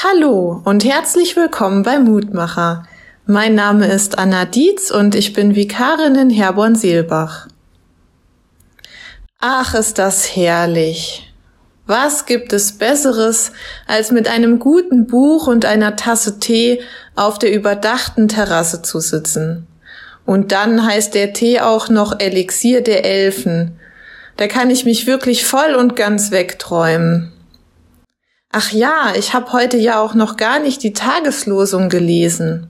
Hallo und herzlich willkommen bei Mutmacher. Mein Name ist Anna Dietz und ich bin Vikarin in Herborn-Seelbach. Ach, ist das herrlich! Was gibt es Besseres, als mit einem guten Buch und einer Tasse Tee auf der überdachten Terrasse zu sitzen? Und dann heißt der Tee auch noch Elixier der Elfen. Da kann ich mich wirklich voll und ganz wegträumen. Ach ja, ich habe heute ja auch noch gar nicht die Tageslosung gelesen.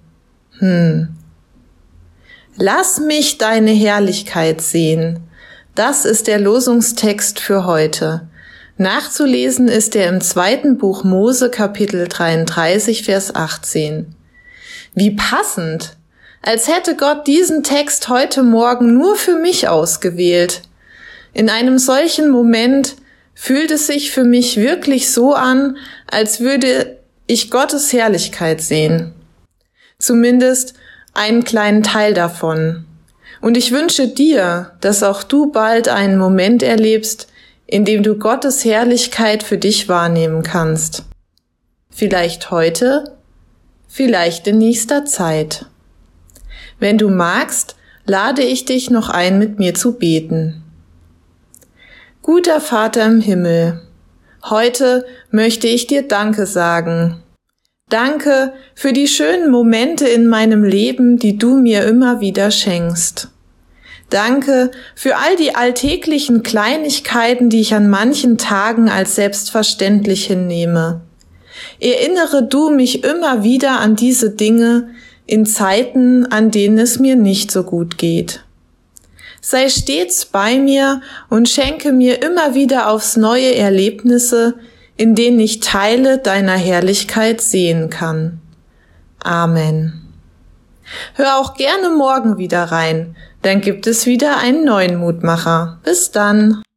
Lass mich deine Herrlichkeit sehen. Das ist der Losungstext für heute. Nachzulesen ist er im 2. Buch Mose, Kapitel 33, Vers 18. Wie passend! Als hätte Gott diesen Text heute Morgen nur für mich ausgewählt. In einem solchen Moment fühlt es sich für mich wirklich so an, als würde ich Gottes Herrlichkeit sehen. Zumindest einen kleinen Teil davon. Und ich wünsche dir, dass auch du bald einen Moment erlebst, in dem du Gottes Herrlichkeit für dich wahrnehmen kannst. Vielleicht heute, vielleicht in nächster Zeit. Wenn du magst, lade ich dich noch ein, mit mir zu beten. Guter Vater im Himmel, heute möchte ich dir Danke sagen. Danke für die schönen Momente in meinem Leben, die du mir immer wieder schenkst. Danke für all die alltäglichen Kleinigkeiten, die ich an manchen Tagen als selbstverständlich hinnehme. Erinnere du mich immer wieder an diese Dinge in Zeiten, an denen es mir nicht so gut geht. Sei stets bei mir und schenke mir immer wieder aufs neue Erlebnisse, in denen ich Teile deiner Herrlichkeit sehen kann. Amen. Hör auch gerne morgen wieder rein, dann gibt es wieder einen neuen Mutmacher. Bis dann.